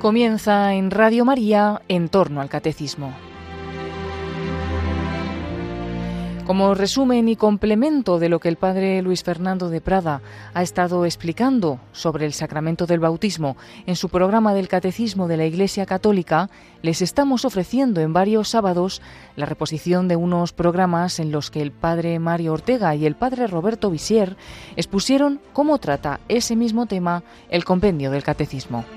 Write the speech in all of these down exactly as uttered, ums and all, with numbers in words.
Comienza en Radio María En torno al Catecismo. Como resumen y complemento de lo que el padre Luis Fernando de Prada ha estado explicando sobre el sacramento del bautismo en su programa del Catecismo de la Iglesia Católica, les estamos ofreciendo en varios sábados la reposición de unos programas en los que el padre Mario Ortega y el padre Roberto Visier expusieron cómo trata ese mismo tema el compendio del Catecismo.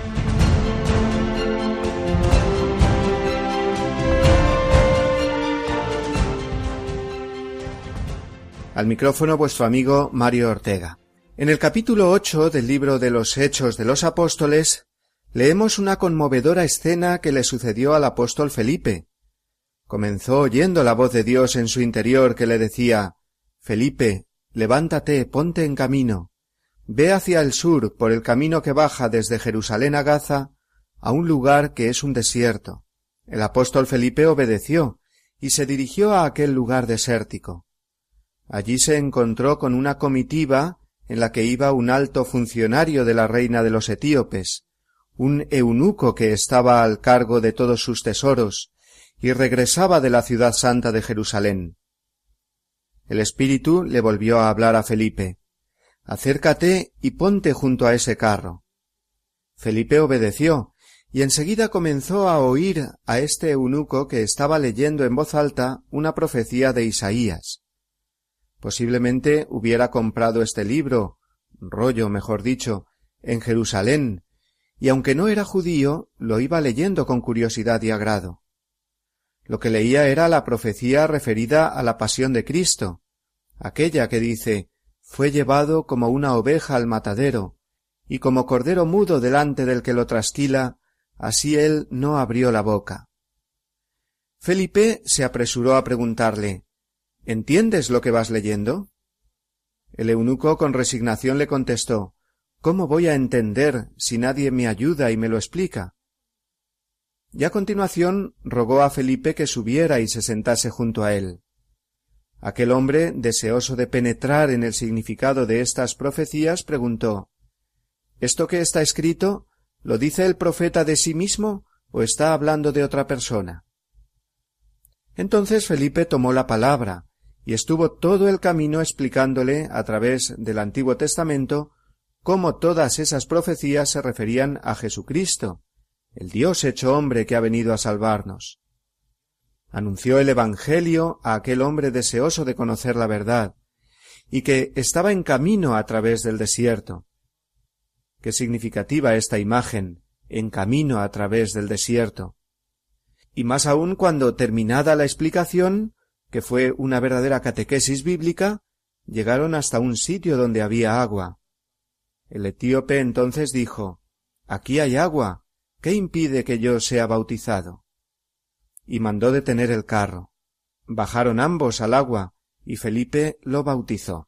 Al micrófono vuestro amigo Mario Ortega. En el capítulo ocho del libro de los Hechos de los Apóstoles leemos una conmovedora escena que le sucedió al apóstol Felipe. Comenzó oyendo la voz de Dios en su interior que le decía: Felipe, levántate, ponte en camino. Ve hacia el sur por el camino que baja desde Jerusalén a Gaza a un lugar que es un desierto. El apóstol Felipe obedeció y se dirigió a aquel lugar desértico. Allí se encontró con una comitiva en la que iba un alto funcionario de la reina de los etíopes, un eunuco que estaba al cargo de todos sus tesoros y regresaba de la ciudad santa de Jerusalén. El Espíritu le volvió a hablar a Felipe: acércate y ponte junto a ese carro. Felipe obedeció y enseguida comenzó a oír a este eunuco que estaba leyendo en voz alta una profecía de Isaías. Posiblemente hubiera comprado este libro, rollo mejor dicho, en Jerusalén, y aunque no era judío, lo iba leyendo con curiosidad y agrado. Lo que leía era la profecía referida a la pasión de Cristo, aquella que dice: fue llevado como una oveja al matadero, y como cordero mudo delante del que lo trasquila, así él no abrió la boca. Felipe se apresuró a preguntarle: ¿entiendes lo que vas leyendo? El eunuco con resignación le contestó: ¿cómo voy a entender si nadie me ayuda y me lo explica? Y a continuación rogó a Felipe que subiera y se sentase junto a él. Aquel hombre, deseoso de penetrar en el significado de estas profecías, preguntó: ¿esto que está escrito lo dice el profeta de sí mismo o está hablando de otra persona? Entonces Felipe tomó la palabra y estuvo todo el camino explicándole a través del Antiguo Testamento cómo todas esas profecías se referían a Jesucristo, el Dios hecho hombre que ha venido a salvarnos. Anunció el Evangelio a aquel hombre deseoso de conocer la verdad y que estaba en camino a través del desierto. Qué significativa esta imagen, en camino a través del desierto. Y más aún cuando, terminada la explicación, que fue una verdadera catequesis bíblica, llegaron hasta un sitio donde había agua. El etíope entonces dijo: «Aquí hay agua, ¿qué impide que yo sea bautizado?». Y mandó detener el carro. Bajaron ambos al agua, y Felipe lo bautizó.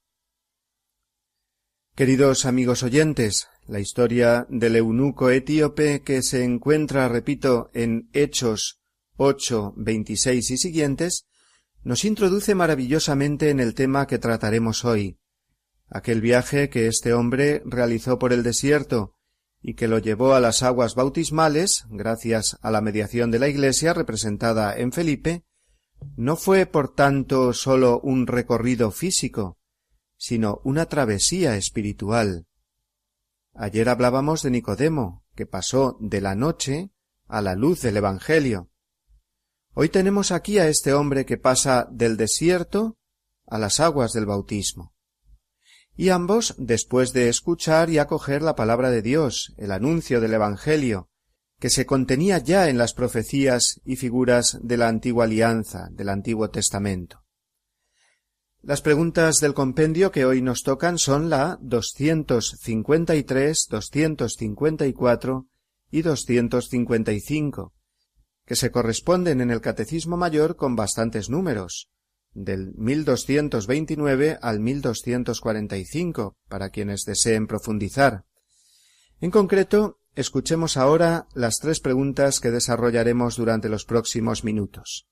Queridos amigos oyentes, la historia del eunuco etíope que se encuentra, repito, en Hechos ocho, veintiséis y siguientes, nos introduce maravillosamente en el tema que trataremos hoy, aquel viaje que este hombre realizó por el desierto y que lo llevó a las aguas bautismales, gracias a la mediación de la Iglesia representada en Felipe, no fue por tanto sólo un recorrido físico, sino una travesía espiritual. Ayer hablábamos de Nicodemo, que pasó de la noche a la luz del Evangelio. Hoy tenemos aquí a este hombre que pasa del desierto a las aguas del bautismo. Y ambos, después de escuchar y acoger la palabra de Dios, el anuncio del Evangelio, que se contenía ya en las profecías y figuras de la antigua alianza, del Antiguo Testamento. Las preguntas del compendio que hoy nos tocan son la doscientos cincuenta y tres, doscientos cincuenta y cuatro y doscientos cincuenta y cinco, que se corresponden en el Catecismo Mayor con bastantes números, del mil doscientos veintinueve al mil doscientos cuarenta y cinco, para quienes deseen profundizar. En concreto, escuchemos ahora las tres preguntas que desarrollaremos durante los próximos minutos.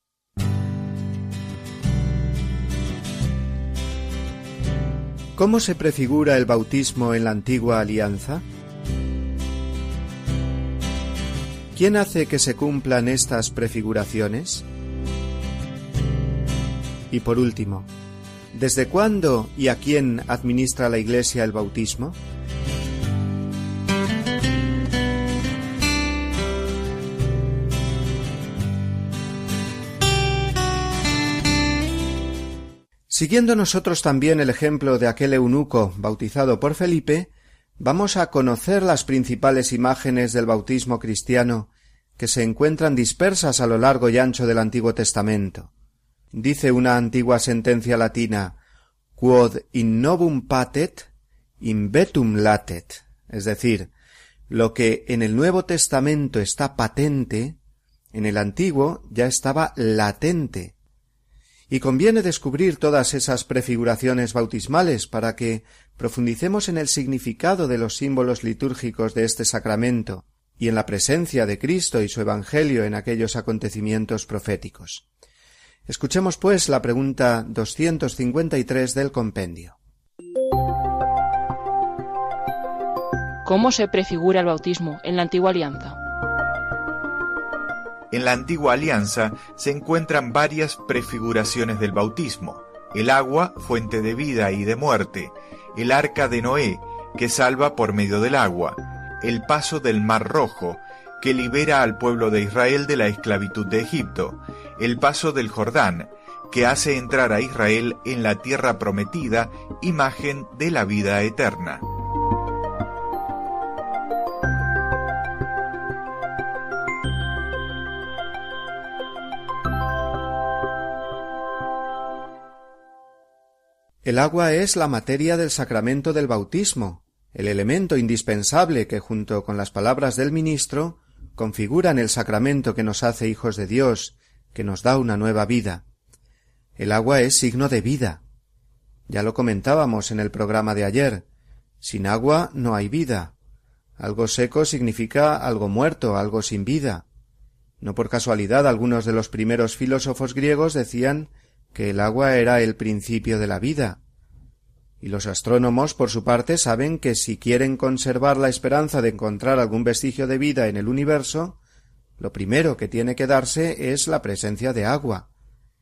¿Cómo se prefigura el bautismo en la antigua alianza? ¿Quién hace que se cumplan estas prefiguraciones? Y por último, ¿desde cuándo y a quién administra la Iglesia el bautismo? Siguiendo nosotros también el ejemplo de aquel eunuco bautizado por Felipe, vamos a conocer las principales imágenes del bautismo cristiano que se encuentran dispersas a lo largo y ancho del Antiguo Testamento. Dice una antigua sentencia latina: quod in novum patet, in vetum latet, es decir, lo que en el Nuevo Testamento está patente, en el Antiguo ya estaba latente. Y conviene descubrir todas esas prefiguraciones bautismales para que profundicemos en el significado de los símbolos litúrgicos de este sacramento y en la presencia de Cristo y su Evangelio en aquellos acontecimientos proféticos. Escuchemos, pues, la pregunta doscientos cincuenta y tres del compendio. ¿Cómo se prefigura el bautismo en la Antigua Alianza? En la Antigua Alianza se encuentran varias prefiguraciones del bautismo: el agua, fuente de vida y de muerte; el arca de Noé, que salva por medio del agua; el paso del Mar Rojo, que libera al pueblo de Israel de la esclavitud de Egipto; el paso del Jordán, que hace entrar a Israel en la tierra prometida, imagen de la vida eterna. El agua es la materia del sacramento del bautismo, el elemento indispensable que, junto con las palabras del ministro, configuran el sacramento que nos hace hijos de Dios, que nos da una nueva vida. El agua es signo de vida. Ya lo comentábamos en el programa de ayer. Sin agua no hay vida. Algo seco significa algo muerto, algo sin vida. No por casualidad algunos de los primeros filósofos griegos decían que el agua era el principio de la vida. Y los astrónomos, por su parte, saben que si quieren conservar la esperanza de encontrar algún vestigio de vida en el universo, lo primero que tiene que darse es la presencia de agua.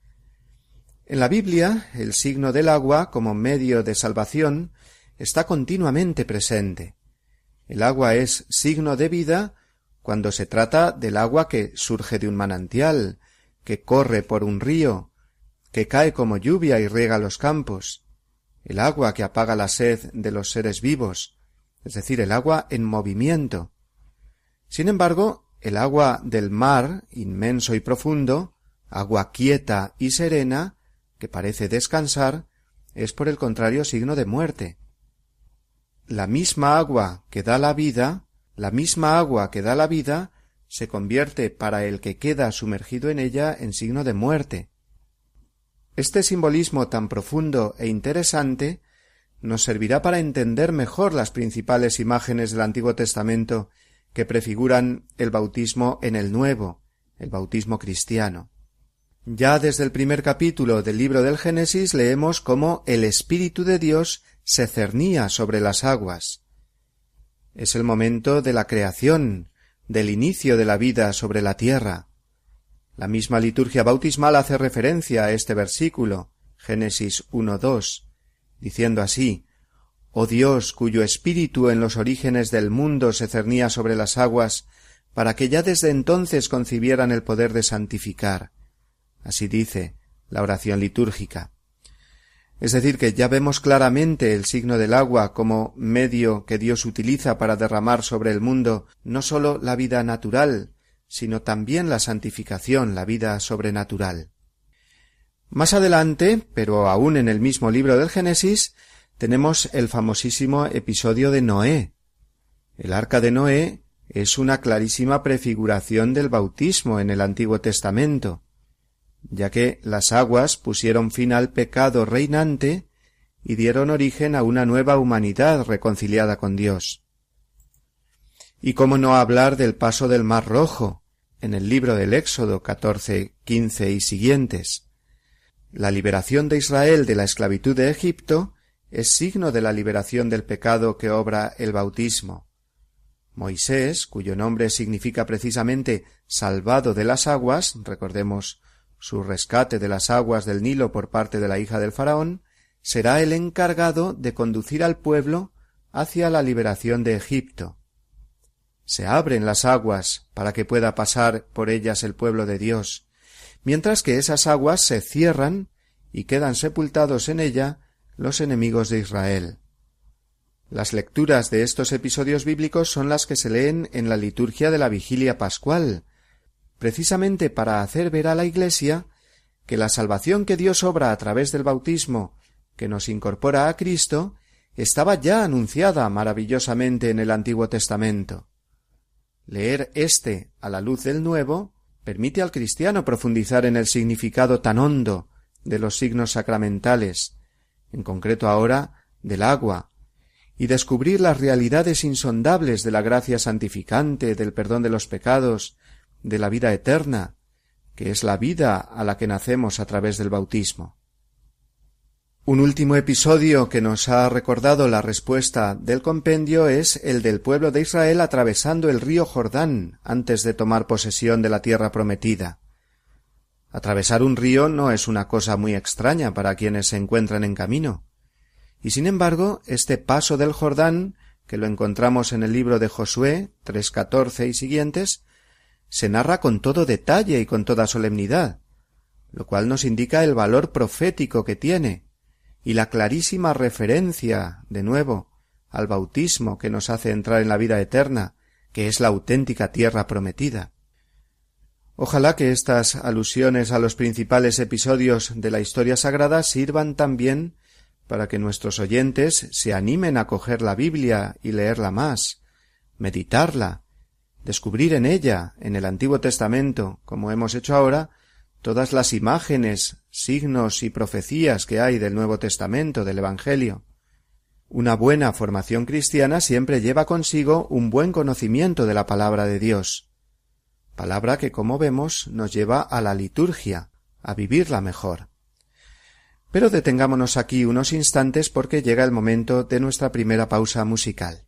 En la Biblia, el signo del agua, como medio de salvación, está continuamente presente. El agua es signo de vida cuando se trata del agua que surge de un manantial, que corre por un río, que cae como lluvia y riega los campos, el agua que apaga la sed de los seres vivos, es decir, el agua en movimiento. Sin embargo, el agua del mar, inmenso y profundo, agua quieta y serena, que parece descansar, es por el contrario signo de muerte. La misma agua que da la vida, la misma agua que da la vida, se convierte para el que queda sumergido en ella en signo de muerte. Este simbolismo tan profundo e interesante nos servirá para entender mejor las principales imágenes del Antiguo Testamento que prefiguran el bautismo en el Nuevo, el bautismo cristiano. Ya desde el primer capítulo del libro del Génesis leemos cómo el Espíritu de Dios se cernía sobre las aguas. Es el momento de la creación, del inicio de la vida sobre la tierra. La misma liturgia bautismal hace referencia a este versículo, Génesis uno dos, diciendo así: «Oh Dios, cuyo espíritu en los orígenes del mundo se cernía sobre las aguas, para que ya desde entonces concibieran el poder de santificar». Así dice la oración litúrgica. Es decir, que ya vemos claramente el signo del agua como medio que Dios utiliza para derramar sobre el mundo no sólo la vida natural, sino también la santificación, la vida sobrenatural. Más adelante, pero aún en el mismo libro del Génesis, tenemos el famosísimo episodio de Noé. El arca de Noé es una clarísima prefiguración del bautismo en el Antiguo Testamento, ya que las aguas pusieron fin al pecado reinante y dieron origen a una nueva humanidad reconciliada con Dios. Y cómo no hablar del paso del Mar Rojo, en el libro del Éxodo catorce, quince y siguientes. La liberación de Israel de la esclavitud de Egipto es signo de la liberación del pecado que obra el bautismo. Moisés, cuyo nombre significa precisamente salvado de las aguas, recordemos su rescate de las aguas del Nilo por parte de la hija del faraón, será el encargado de conducir al pueblo hacia la liberación de Egipto. Se abren las aguas para que pueda pasar por ellas el pueblo de Dios, mientras que esas aguas se cierran y quedan sepultados en ella los enemigos de Israel. Las lecturas de estos episodios bíblicos son las que se leen en la liturgia de la Vigilia Pascual, precisamente para hacer ver a la Iglesia que la salvación que Dios obra a través del bautismo, que nos incorpora a Cristo, estaba ya anunciada maravillosamente en el Antiguo Testamento. Leer éste a la luz del Nuevo permite al cristiano profundizar en el significado tan hondo de los signos sacramentales, en concreto ahora del agua, y descubrir las realidades insondables de la gracia santificante, del perdón de los pecados, de la vida eterna, que es la vida a la que nacemos a través del bautismo. Un último episodio que nos ha recordado la respuesta del compendio es el del pueblo de Israel atravesando el río Jordán antes de tomar posesión de la tierra prometida. Atravesar un río no es una cosa muy extraña para quienes se encuentran en camino. Y sin embargo, este paso del Jordán, que lo encontramos en el libro de Josué tres catorce y siguientes, se narra con todo detalle y con toda solemnidad, lo cual nos indica el valor profético que tiene y la clarísima referencia, de nuevo, al bautismo que nos hace entrar en la vida eterna, que es la auténtica tierra prometida. Ojalá que estas alusiones a los principales episodios de la historia sagrada sirvan también para que nuestros oyentes se animen a coger la Biblia y leerla más, meditarla, descubrir en ella, en el Antiguo Testamento, como hemos hecho ahora, todas las imágenes, signos y profecías que hay del Nuevo Testamento, del Evangelio. Una buena formación cristiana siempre lleva consigo un buen conocimiento de la palabra de Dios, palabra que, como vemos, nos lleva a la liturgia, a vivirla mejor. Pero detengámonos aquí unos instantes porque llega el momento de nuestra primera pausa musical.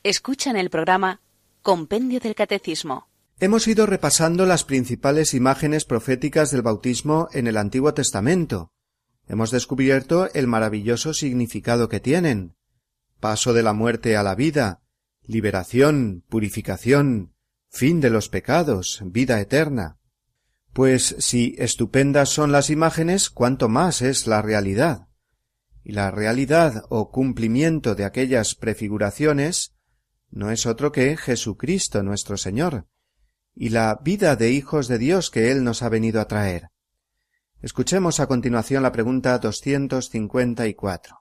Escuchan el programa Compendio del Catecismo. Hemos ido repasando las principales imágenes proféticas del bautismo en el Antiguo Testamento. Hemos descubierto el maravilloso significado que tienen: paso de la muerte a la vida, liberación, purificación, fin de los pecados, vida eterna. Pues si estupendas son las imágenes, cuánto más es la realidad. Y la realidad o cumplimiento de aquellas prefiguraciones no es otro que Jesucristo nuestro Señor, y la vida de hijos de Dios que Él nos ha venido a traer. Escuchemos a continuación la pregunta doscientos cincuenta y cuatro.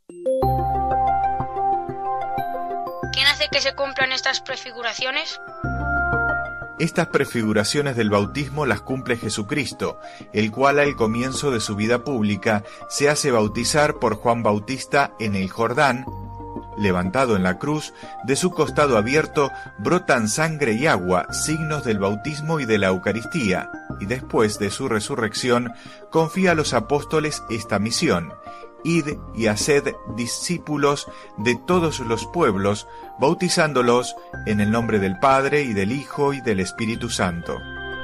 ¿Quién hace que se cumplan estas prefiguraciones? Estas prefiguraciones del bautismo las cumple Jesucristo, el cual al comienzo de su vida pública se hace bautizar por Juan Bautista en el Jordán. Levantado en la cruz, de su costado abierto brotan sangre y agua, signos del bautismo y de la Eucaristía, y después de su resurrección confía a los apóstoles esta misión: id y haced discípulos de todos los pueblos, bautizándolos en el nombre del Padre y del Hijo y del Espíritu Santo.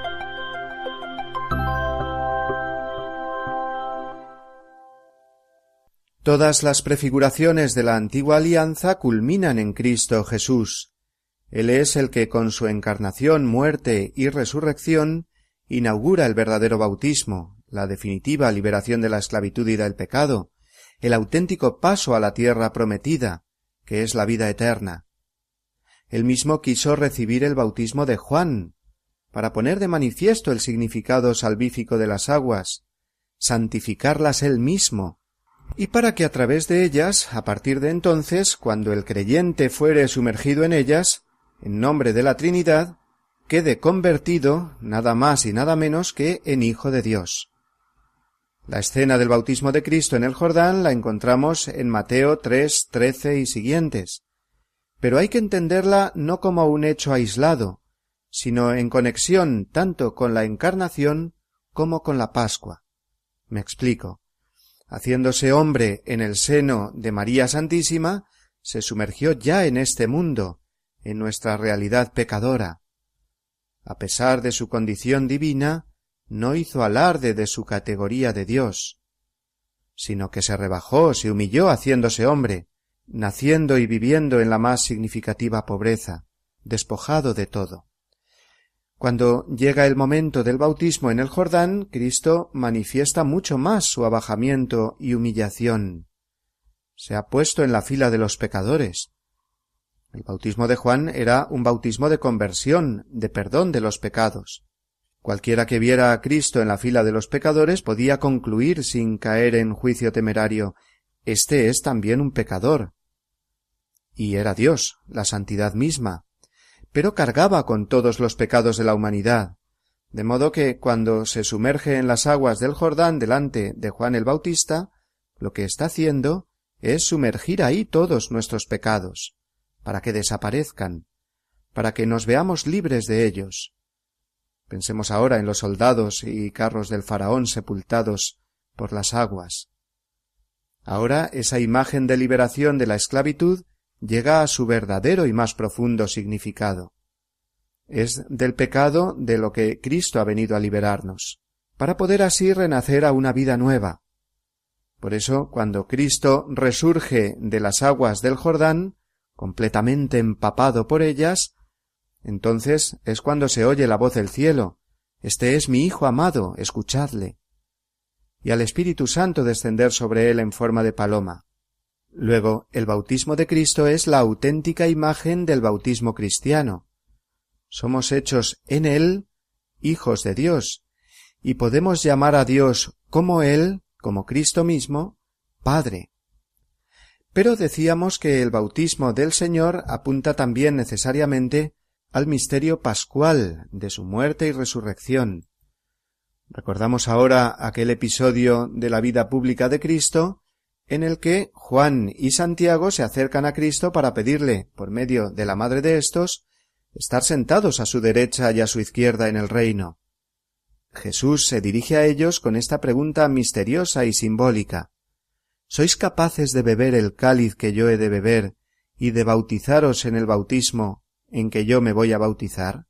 Todas las prefiguraciones de la antigua alianza culminan en Cristo Jesús. Él es el que con su encarnación, muerte y resurrección inaugura el verdadero bautismo, la definitiva liberación de la esclavitud y del pecado, el auténtico paso a la tierra prometida, que es la vida eterna. Él mismo quiso recibir el bautismo de Juan, para poner de manifiesto el significado salvífico de las aguas, santificarlas él mismo, y para que a través de ellas, a partir de entonces, cuando el creyente fuere sumergido en ellas, en nombre de la Trinidad, quede convertido nada más y nada menos que en Hijo de Dios. La escena del bautismo de Cristo en el Jordán la encontramos en Mateo tres, trece y siguientes, pero hay que entenderla no como un hecho aislado, sino en conexión tanto con la Encarnación como con la Pascua. Me explico. Haciéndose hombre en el seno de María Santísima, se sumergió ya en este mundo, en nuestra realidad pecadora. A pesar de su condición divina, no hizo alarde de su categoría de Dios, sino que se rebajó, se humilló haciéndose hombre, naciendo y viviendo en la más significativa pobreza, despojado de todo. Cuando llega el momento del bautismo en el Jordán, Cristo manifiesta mucho más su abajamiento y humillación. Se ha puesto en la fila de los pecadores. El bautismo de Juan era un bautismo de conversión, de perdón de los pecados. Cualquiera que viera a Cristo en la fila de los pecadores podía concluir sin caer en juicio temerario: este es también un pecador. Y era Dios, la santidad misma, pero cargaba con todos los pecados de la humanidad, de modo que cuando se sumerge en las aguas del Jordán delante de Juan el Bautista, lo que está haciendo es sumergir ahí todos nuestros pecados, para que desaparezcan, para que nos veamos libres de ellos. Pensemos ahora en los soldados y carros del faraón sepultados por las aguas. Ahora esa imagen de liberación de la esclavitud llega a su verdadero y más profundo significado. Es del pecado de lo que Cristo ha venido a liberarnos, para poder así renacer a una vida nueva. Por eso, cuando Cristo resurge de las aguas del Jordán, completamente empapado por ellas, entonces es cuando se oye la voz del cielo: «Este es mi Hijo amado, escuchadle», y al Espíritu Santo descender sobre él en forma de paloma. Luego, el bautismo de Cristo es la auténtica imagen del bautismo cristiano. Somos hechos en Él hijos de Dios, y podemos llamar a Dios como Él, como Cristo mismo, Padre. Pero decíamos que el bautismo del Señor apunta también necesariamente al misterio pascual de su muerte y resurrección. Recordamos ahora aquel episodio de la vida pública de Cristo, en el que Juan y Santiago se acercan a Cristo para pedirle, por medio de la madre de éstos, estar sentados a su derecha y a su izquierda en el reino. Jesús se dirige a ellos con esta pregunta misteriosa y simbólica: ¿Sois capaces de beber el cáliz que yo he de beber y de bautizaros en el bautismo en que yo me voy a bautizar?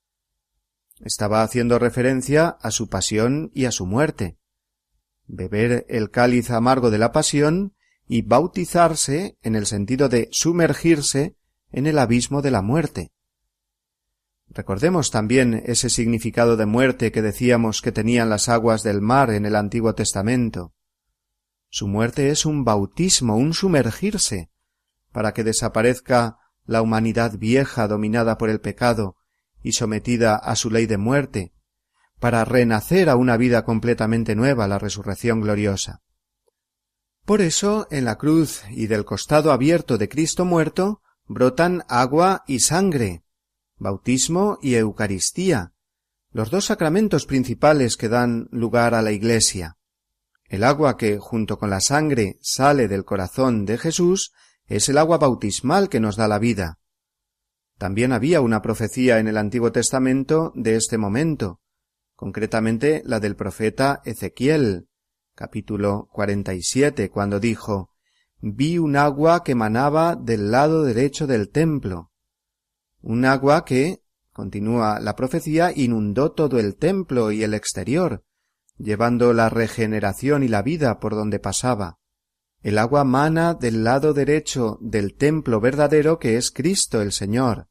Estaba haciendo referencia a su pasión y a su muerte. Beber el cáliz amargo de la pasión y bautizarse en el sentido de sumergirse en el abismo de la muerte. Recordemos también ese significado de muerte que decíamos que tenían las aguas del mar en el Antiguo Testamento. Su muerte es un bautismo, un sumergirse, para que desaparezca la humanidad vieja dominada por el pecado y sometida a su ley de muerte, para renacer a una vida completamente nueva, la resurrección gloriosa. Por eso, en la cruz y del costado abierto de Cristo muerto, brotan agua y sangre, bautismo y Eucaristía, los dos sacramentos principales que dan lugar a la Iglesia. El agua que, junto con la sangre, sale del corazón de Jesús, es el agua bautismal que nos da la vida. También había una profecía en el Antiguo Testamento de este momento, concretamente la del profeta Ezequiel, capítulo cuarenta y siete, cuando dijo: «Vi un agua que manaba del lado derecho del templo». Un agua que, continúa la profecía, inundó todo el templo y el exterior, llevando la regeneración y la vida por donde pasaba. El agua mana del lado derecho del templo verdadero que es Cristo el Señor.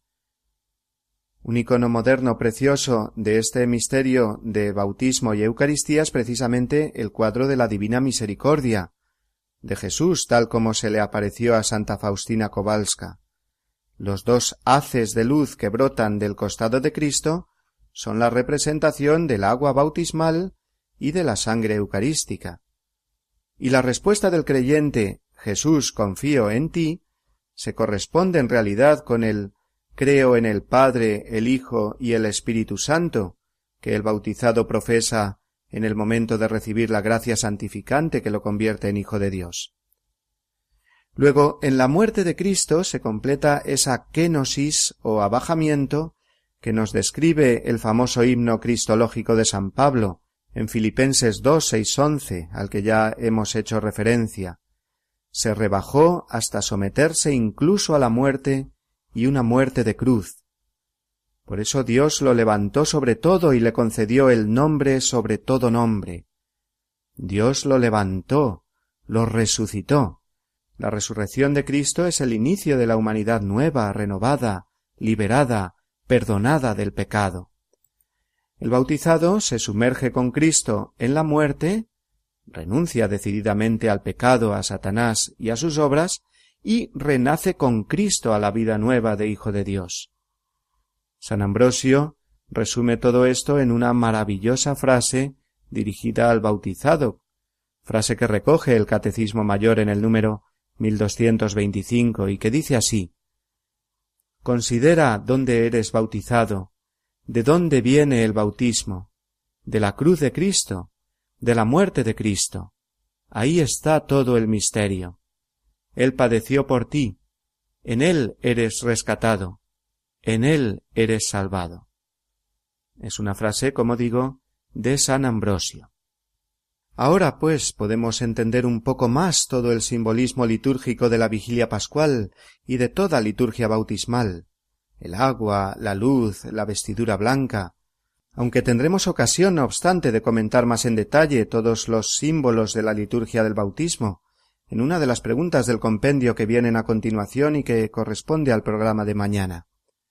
Un icono moderno precioso de este misterio de bautismo y Eucaristía es precisamente el cuadro de la Divina Misericordia, de Jesús tal como se le apareció a Santa Faustina Kowalska. Los dos haces de luz que brotan del costado de Cristo son la representación del agua bautismal y de la sangre eucarística. Y la respuesta del creyente, Jesús, confío en ti, se corresponde en realidad con el creo en el Padre, el Hijo y el Espíritu Santo, que el bautizado profesa en el momento de recibir la gracia santificante que lo convierte en Hijo de Dios. Luego, en la muerte de Cristo se completa esa kénosis o abajamiento que nos describe el famoso himno cristológico de San Pablo, en Filipenses dos, seis, once, al que ya hemos hecho referencia. Se rebajó hasta someterse incluso a la muerte y una muerte de cruz. Por eso Dios lo levantó sobre todo y le concedió el nombre sobre todo nombre. Dios lo levantó, lo resucitó. La resurrección de Cristo es el inicio de la humanidad nueva, renovada, liberada, perdonada del pecado. El bautizado se sumerge con Cristo en la muerte, renuncia decididamente al pecado, a Satanás y a sus obras, y renace con Cristo a la vida nueva de Hijo de Dios. San Ambrosio resume todo esto en una maravillosa frase dirigida al bautizado, frase que recoge el Catecismo Mayor en el número mil doscientos veinticinco y que dice así: «Considera dónde eres bautizado, de dónde viene el bautismo, de la cruz de Cristo, de la muerte de Cristo. Ahí está todo el misterio. Él padeció por ti, en Él eres rescatado, en Él eres salvado». Es una frase, como digo, de San Ambrosio. Ahora, pues, podemos entender un poco más todo el simbolismo litúrgico de la vigilia pascual y de toda liturgia bautismal, el agua, la luz, la vestidura blanca, aunque tendremos ocasión, no obstante, de comentar más en detalle todos los símbolos de la liturgia del bautismo, en una de las preguntas del compendio que vienen a continuación y que corresponde al programa de mañana.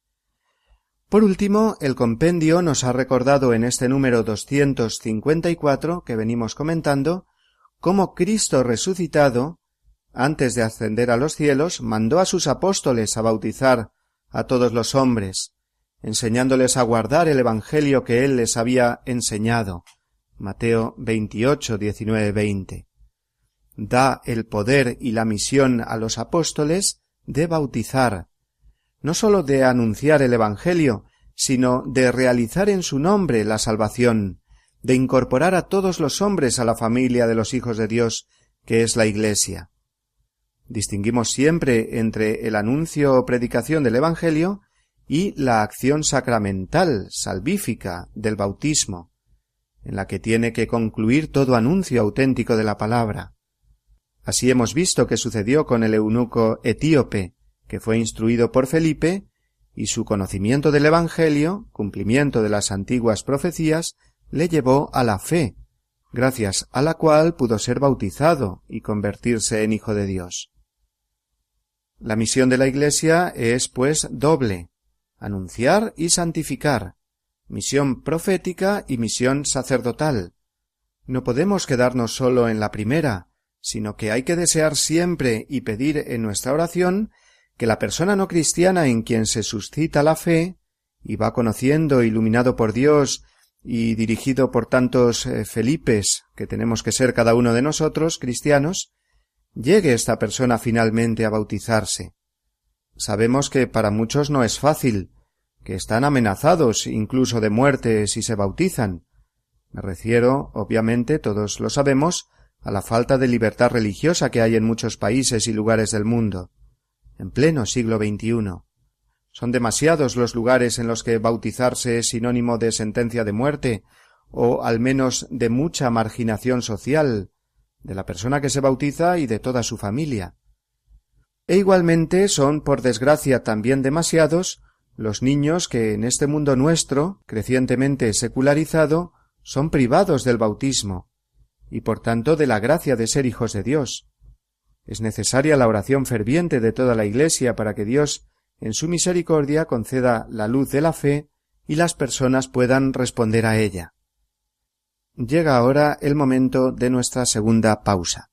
Por último, el compendio nos ha recordado en este número doscientos cincuenta y cuatro que venimos comentando cómo Cristo resucitado, antes de ascender a los cielos, mandó a sus apóstoles a bautizar a todos los hombres, enseñándoles a guardar el Evangelio que Él les había enseñado. Mateo veintiocho, diecinueve, veinte. Da el poder y la misión a los apóstoles de bautizar, no sólo de anunciar el Evangelio, sino de realizar en su nombre la salvación, de incorporar a todos los hombres a la familia de los hijos de Dios, que es la Iglesia. Distinguimos siempre entre el anuncio o predicación del Evangelio y la acción sacramental, salvífica, del bautismo, en la que tiene que concluir todo anuncio auténtico de la palabra. Así hemos visto que sucedió con el eunuco etíope, que fue instruido por Felipe, y su conocimiento del Evangelio, cumplimiento de las antiguas profecías, le llevó a la fe, gracias a la cual pudo ser bautizado y convertirse en hijo de Dios. La misión de la Iglesia es, pues, doble: anunciar y santificar, misión profética y misión sacerdotal. No podemos quedarnos solo en la primera, sino que hay que desear siempre y pedir en nuestra oración que la persona no cristiana en quien se suscita la fe, y va conociendo, iluminado por Dios y dirigido por tantos eh, Felipes que tenemos que ser cada uno de nosotros, cristianos, llegue esta persona finalmente a bautizarse. Sabemos que para muchos no es fácil, que están amenazados incluso de muerte si se bautizan. Me refiero, obviamente, todos lo sabemos, a la falta de libertad religiosa que hay en muchos países y lugares del mundo, en pleno siglo veintiuno. Son demasiados los lugares en los que bautizarse es sinónimo de sentencia de muerte, o al menos de mucha marginación social, de la persona que se bautiza y de toda su familia. E igualmente son, por desgracia, también demasiados los niños que en este mundo nuestro, crecientemente secularizado, son privados del bautismo, y por tanto de la gracia de ser hijos de Dios. Es necesaria la oración ferviente de toda la Iglesia para que Dios, en su misericordia, conceda la luz de la fe y las personas puedan responder a ella. Llega ahora el momento de nuestra segunda pausa.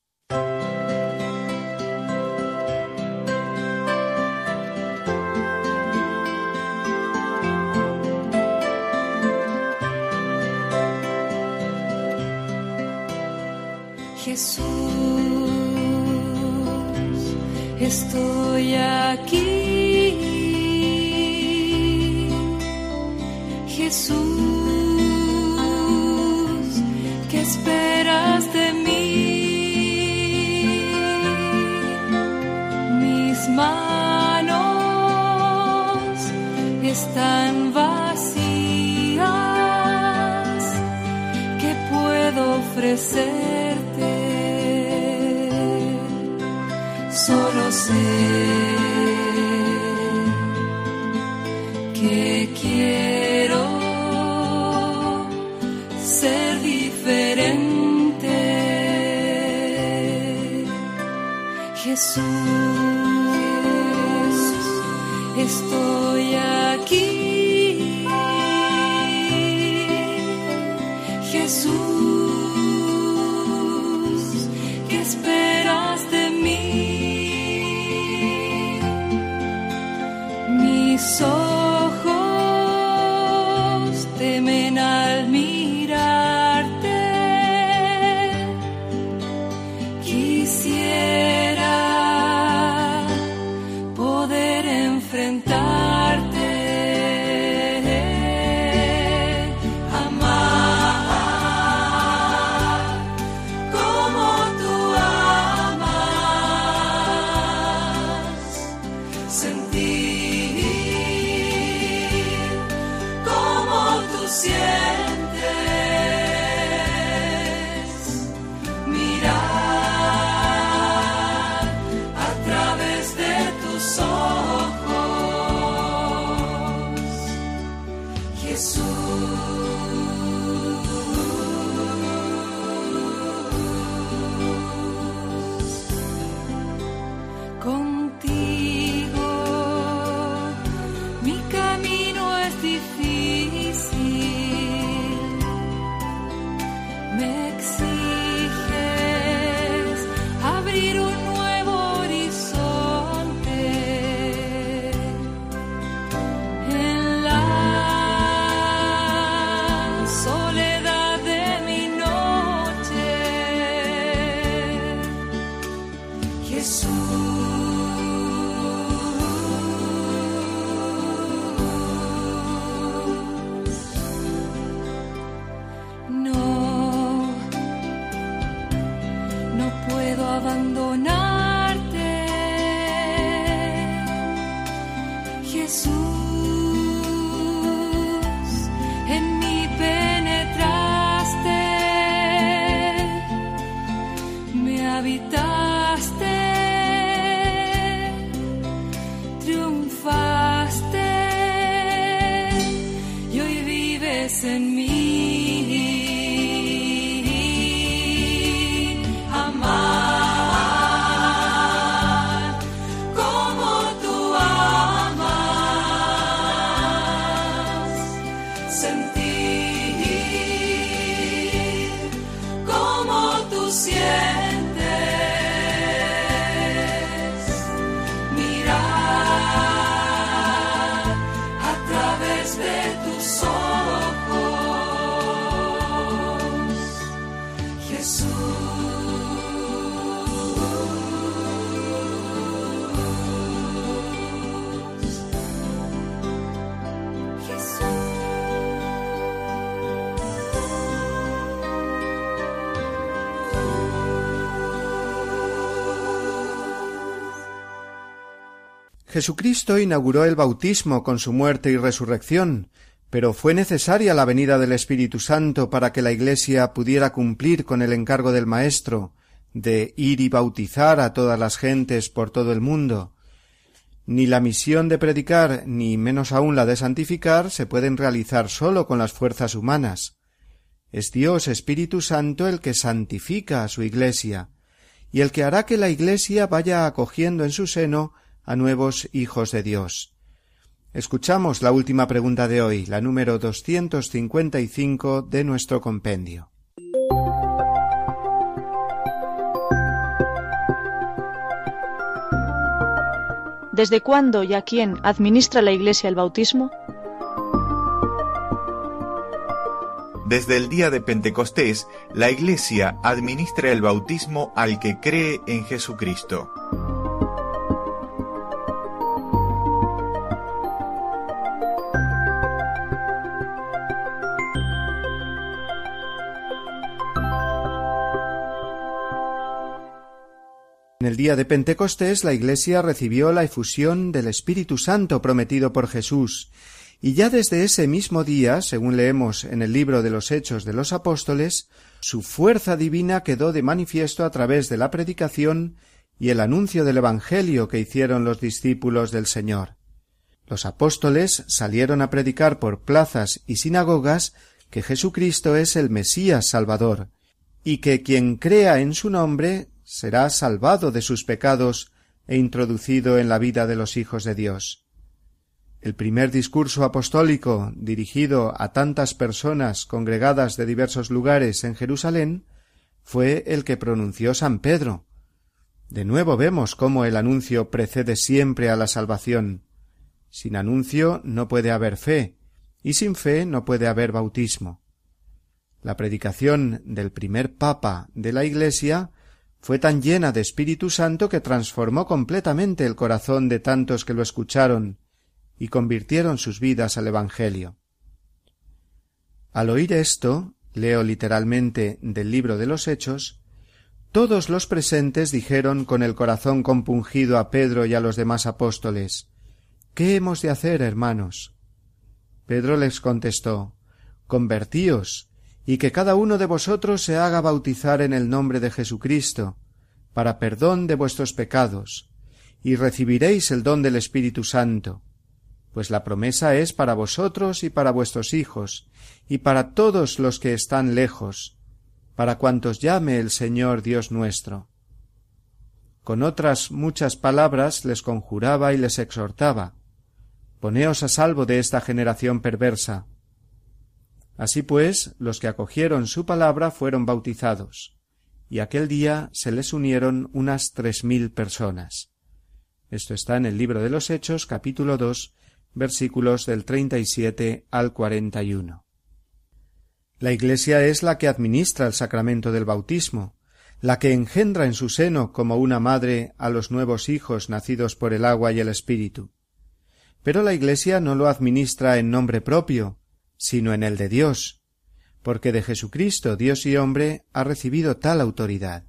Jesús, estoy aquí. Jesús, ¿qué esperas de mí? Mis manos están vacías. ¿Qué puedo ofrecerte? Solo sé que quiero ser diferente. Jesús, estoy aquí. Jesús, ¿qué esperas de mí? Mis ojos temen al mirarte. Quisiera poder enfrentarte, amar como tú amas, sentir sientes, mirar a través de tus ojos, Jesús. Contigo mi camino es difícil. Me exiges abrir un nuevo horizonte en la soledad de mi noche, Jesús. Abandonarte, Jesús, en mí penetraste, me habitaste, Jesucristo inauguró el bautismo con su muerte y resurrección, pero fue necesaria la venida del Espíritu Santo para que la Iglesia pudiera cumplir con el encargo del Maestro de ir y bautizar a todas las gentes por todo el mundo. Ni la misión de predicar, ni menos aún la de santificar, se pueden realizar sólo con las fuerzas humanas. Es Dios Espíritu Santo el que santifica a su Iglesia, y el que hará que la Iglesia vaya acogiendo en su seno a nuevos hijos de Dios. Escuchamos la última pregunta de hoy, la número doscientos cincuenta y cinco de nuestro compendio. ¿Desde cuándo y a quién administra la Iglesia el bautismo? Desde el día de Pentecostés, la Iglesia administra el bautismo al que cree en Jesucristo. En el día de Pentecostés la Iglesia recibió la efusión del Espíritu Santo prometido por Jesús, y ya desde ese mismo día, según leemos en el libro de los Hechos de los Apóstoles, su fuerza divina quedó de manifiesto a través de la predicación y el anuncio del Evangelio que hicieron los discípulos del Señor. Los apóstoles salieron a predicar por plazas y sinagogas que Jesucristo es el Mesías Salvador, y que quien crea en su nombre será salvado de sus pecados e introducido en la vida de los hijos de Dios. El primer discurso apostólico dirigido a tantas personas congregadas de diversos lugares en Jerusalén fue el que pronunció San Pedro. De nuevo vemos cómo el anuncio precede siempre a la salvación. Sin anuncio no puede haber fe, y sin fe no puede haber bautismo. La predicación del primer papa de la Iglesia fue tan llena de Espíritu Santo que transformó completamente el corazón de tantos que lo escucharon y convirtieron sus vidas al Evangelio. Al oír esto, leo literalmente del libro de los Hechos, todos los presentes dijeron con el corazón compungido a Pedro y a los demás apóstoles: ¿Qué hemos de hacer, hermanos? Pedro les contestó: Convertíos, y que cada uno de vosotros se haga bautizar en el nombre de Jesucristo, para perdón de vuestros pecados, y recibiréis el don del Espíritu Santo, pues la promesa es para vosotros y para vuestros hijos, y para todos los que están lejos, para cuantos llame el Señor Dios nuestro. Con otras muchas palabras les conjuraba y les exhortaba: Poneos a salvo de esta generación perversa. Así pues, los que acogieron su palabra fueron bautizados, y aquel día se les unieron unas tres mil personas. Esto está en el libro de los Hechos, capítulo dos, versículos del treinta y siete al cuarenta y uno. La Iglesia es la que administra el sacramento del bautismo, la que engendra en su seno como una madre a los nuevos hijos nacidos por el agua y el Espíritu. Pero la Iglesia no lo administra en nombre propio, sino en el de Dios, porque de Jesucristo, Dios y hombre, ha recibido tal autoridad.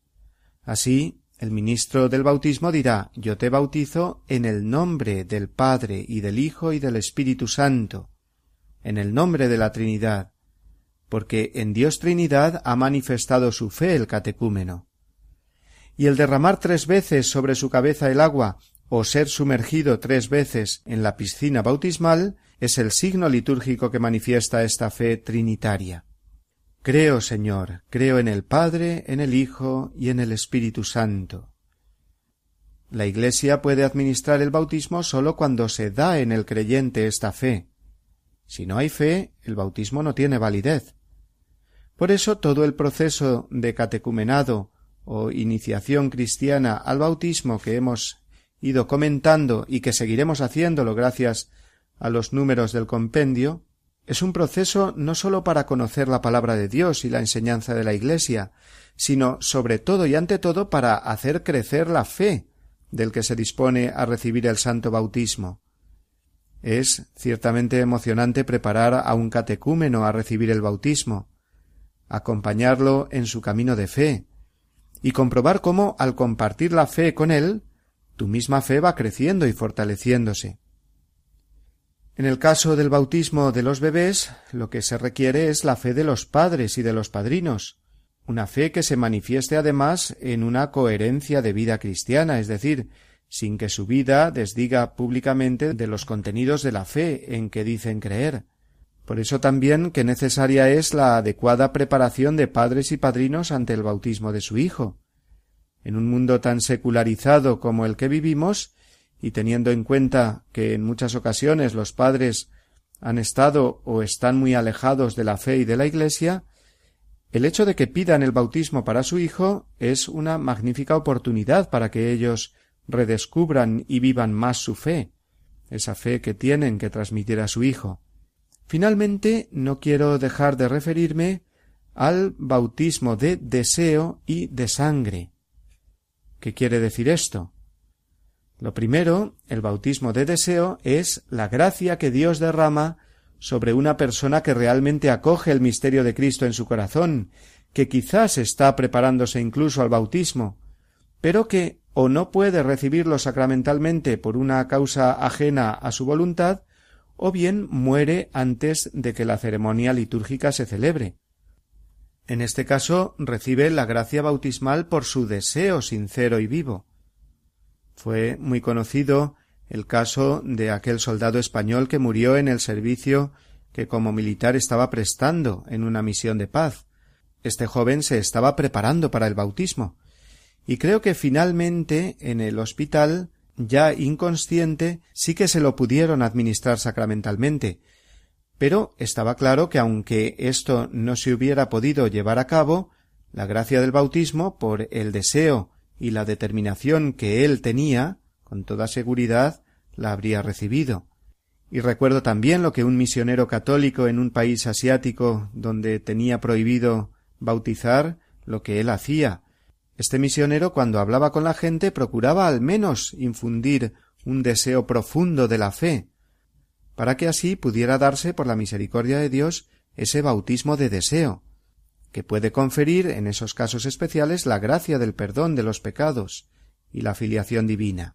Así, el ministro del bautismo dirá: Yo te bautizo en el nombre del Padre y del Hijo y del Espíritu Santo, en el nombre de la Trinidad, porque en Dios Trinidad ha manifestado su fe el catecúmeno. Y el derramar tres veces sobre su cabeza el agua, o ser sumergido tres veces en la piscina bautismal, es el signo litúrgico que manifiesta esta fe trinitaria. Creo, Señor, creo en el Padre, en el Hijo y en el Espíritu Santo. La Iglesia puede administrar el bautismo sólo cuando se da en el creyente esta fe. Si no hay fe, el bautismo no tiene validez. Por eso todo el proceso de catecumenado o iniciación cristiana al bautismo que hemos ido comentando y que seguiremos haciéndolo gracias a los números del compendio, es un proceso no sólo para conocer la palabra de Dios y la enseñanza de la Iglesia, sino sobre todo y ante todo para hacer crecer la fe del que se dispone a recibir el santo bautismo. Es ciertamente emocionante preparar a un catecúmeno a recibir el bautismo, acompañarlo en su camino de fe, y comprobar cómo, al compartir la fe con él, tu misma fe va creciendo y fortaleciéndose. En el caso del bautismo de los bebés, lo que se requiere es la fe de los padres y de los padrinos, una fe que se manifieste además en una coherencia de vida cristiana, es decir, sin que su vida desdiga públicamente de los contenidos de la fe en que dicen creer. Por eso también que necesaria es la adecuada preparación de padres y padrinos ante el bautismo de su hijo. En un mundo tan secularizado como el que vivimos, y teniendo en cuenta que en muchas ocasiones los padres han estado o están muy alejados de la fe y de la Iglesia, el hecho de que pidan el bautismo para su hijo es una magnífica oportunidad para que ellos redescubran y vivan más su fe, esa fe que tienen que transmitir a su hijo. Finalmente, no quiero dejar de referirme al bautismo de deseo y de sangre. ¿Qué quiere decir esto? Lo primero, el bautismo de deseo, es la gracia que Dios derrama sobre una persona que realmente acoge el misterio de Cristo en su corazón, que quizás está preparándose incluso al bautismo, pero que o no puede recibirlo sacramentalmente por una causa ajena a su voluntad, o bien muere antes de que la ceremonia litúrgica se celebre. En este caso recibe la gracia bautismal por su deseo sincero y vivo. Fue muy conocido el caso de aquel soldado español que murió en el servicio que como militar estaba prestando en una misión de paz. Este joven se estaba preparando para el bautismo, y creo que finalmente en el hospital, ya inconsciente, sí que se lo pudieron administrar sacramentalmente, pero estaba claro que aunque esto no se hubiera podido llevar a cabo, la gracia del bautismo, por el deseo y la determinación que él tenía, con toda seguridad la habría recibido. Y recuerdo también lo que un misionero católico en un país asiático donde tenía prohibido bautizar, lo que él hacía. Este misionero, cuando hablaba con la gente, procuraba al menos infundir un deseo profundo de la fe, para que así pudiera darse, por la misericordia de Dios, ese bautismo de deseo, que puede conferir, en esos casos especiales, la gracia del perdón de los pecados y la filiación divina.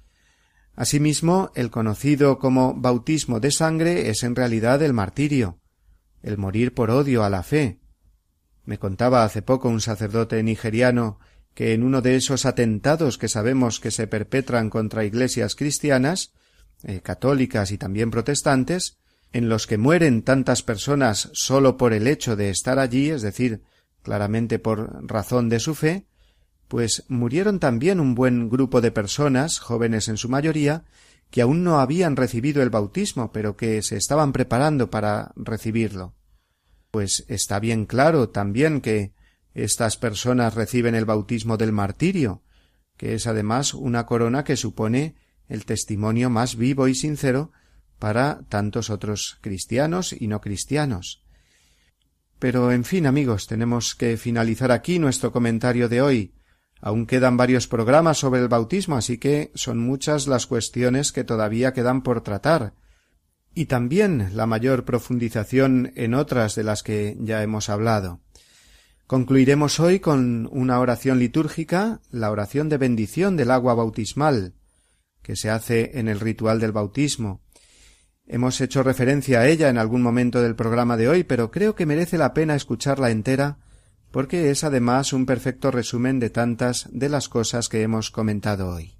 Asimismo, el conocido como bautismo de sangre es en realidad el martirio, el morir por odio a la fe. Me contaba hace poco un sacerdote nigeriano que en uno de esos atentados que sabemos que se perpetran contra iglesias cristianas, eh, católicas y también protestantes, en los que mueren tantas personas sólo por el hecho de estar allí, es decir, claramente por razón de su fe, pues murieron también un buen grupo de personas, jóvenes en su mayoría, que aún no habían recibido el bautismo, pero que se estaban preparando para recibirlo. Pues está bien claro también que estas personas reciben el bautismo del martirio, que es además una corona que supone el testimonio más vivo y sincero para tantos otros cristianos y no cristianos. Pero, en fin, amigos, tenemos que finalizar aquí nuestro comentario de hoy. Aún quedan varios programas sobre el bautismo, así que son muchas las cuestiones que todavía quedan por tratar, y también la mayor profundización en otras de las que ya hemos hablado. Concluiremos hoy con una oración litúrgica, la oración de bendición del agua bautismal, que se hace en el ritual del bautismo. Hemos hecho referencia a ella en algún momento del programa de hoy, pero creo que merece la pena escucharla entera, porque es además un perfecto resumen de tantas de las cosas que hemos comentado hoy.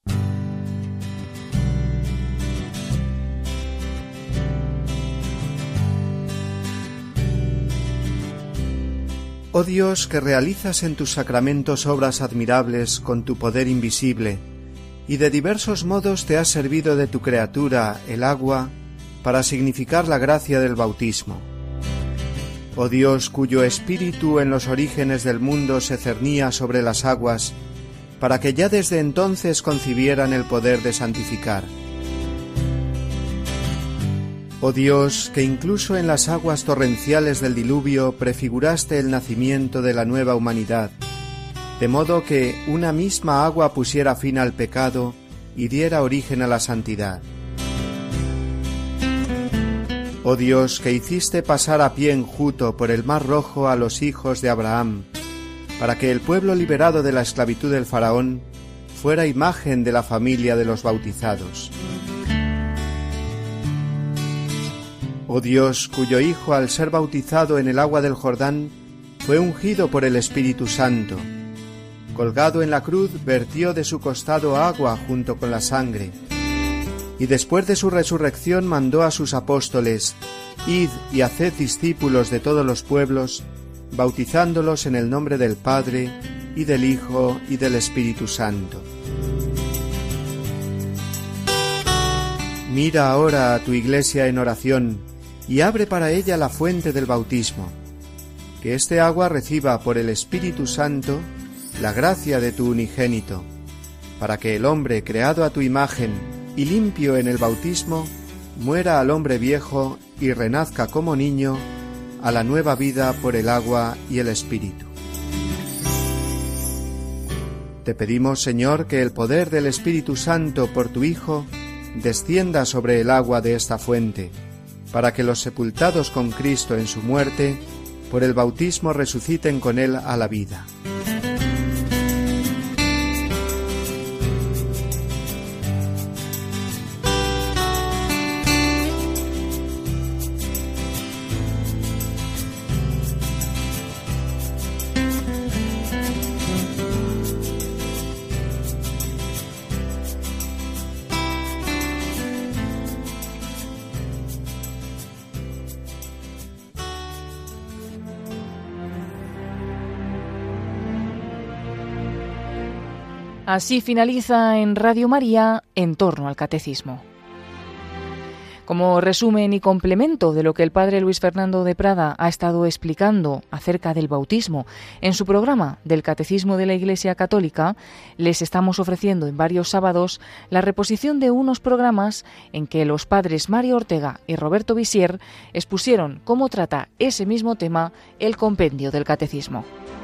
Oh Dios, que realizas en tus sacramentos obras admirables con tu poder invisible, y de diversos modos te has servido de tu criatura, el agua, para significar la gracia del bautismo. Oh Dios, cuyo espíritu en los orígenes del mundo se cernía sobre las aguas, para que ya desde entonces concibieran el poder de santificar. Oh Dios, que incluso en las aguas torrenciales del diluvio prefiguraste el nacimiento de la nueva humanidad, de modo que una misma agua pusiera fin al pecado y diera origen a la santidad. Oh Dios, que hiciste pasar a pie enjuto por el mar rojo a los hijos de Abraham, para que el pueblo liberado de la esclavitud del faraón fuera imagen de la familia de los bautizados. Oh Dios, cuyo Hijo, al ser bautizado en el agua del Jordán, fue ungido por el Espíritu Santo. Colgado en la cruz, vertió de su costado agua junto con la sangre. Y después de su resurrección mandó a sus apóstoles: Id y haced discípulos de todos los pueblos, bautizándolos en el nombre del Padre, y del Hijo, y del Espíritu Santo. Mira ahora a tu Iglesia en oración, y abre para ella la fuente del bautismo. Que este agua reciba por el Espíritu Santo la gracia de tu unigénito, para que el hombre creado a tu imagen y limpio en el bautismo muera al hombre viejo y renazca como niño a la nueva vida por el agua y el Espíritu. Te pedimos, Señor, que el poder del Espíritu Santo por tu Hijo descienda sobre el agua de esta fuente, para que los sepultados con Cristo en su muerte, por el bautismo resuciten con él a la vida. Así finaliza en Radio María En torno al Catecismo. Como resumen y complemento de lo que el padre Luis Fernando de Prada ha estado explicando acerca del bautismo en su programa del Catecismo de la Iglesia Católica, les estamos ofreciendo en varios sábados la reposición de unos programas en que los padres Mario Ortega y Roberto Visier expusieron cómo trata ese mismo tema el compendio del Catecismo.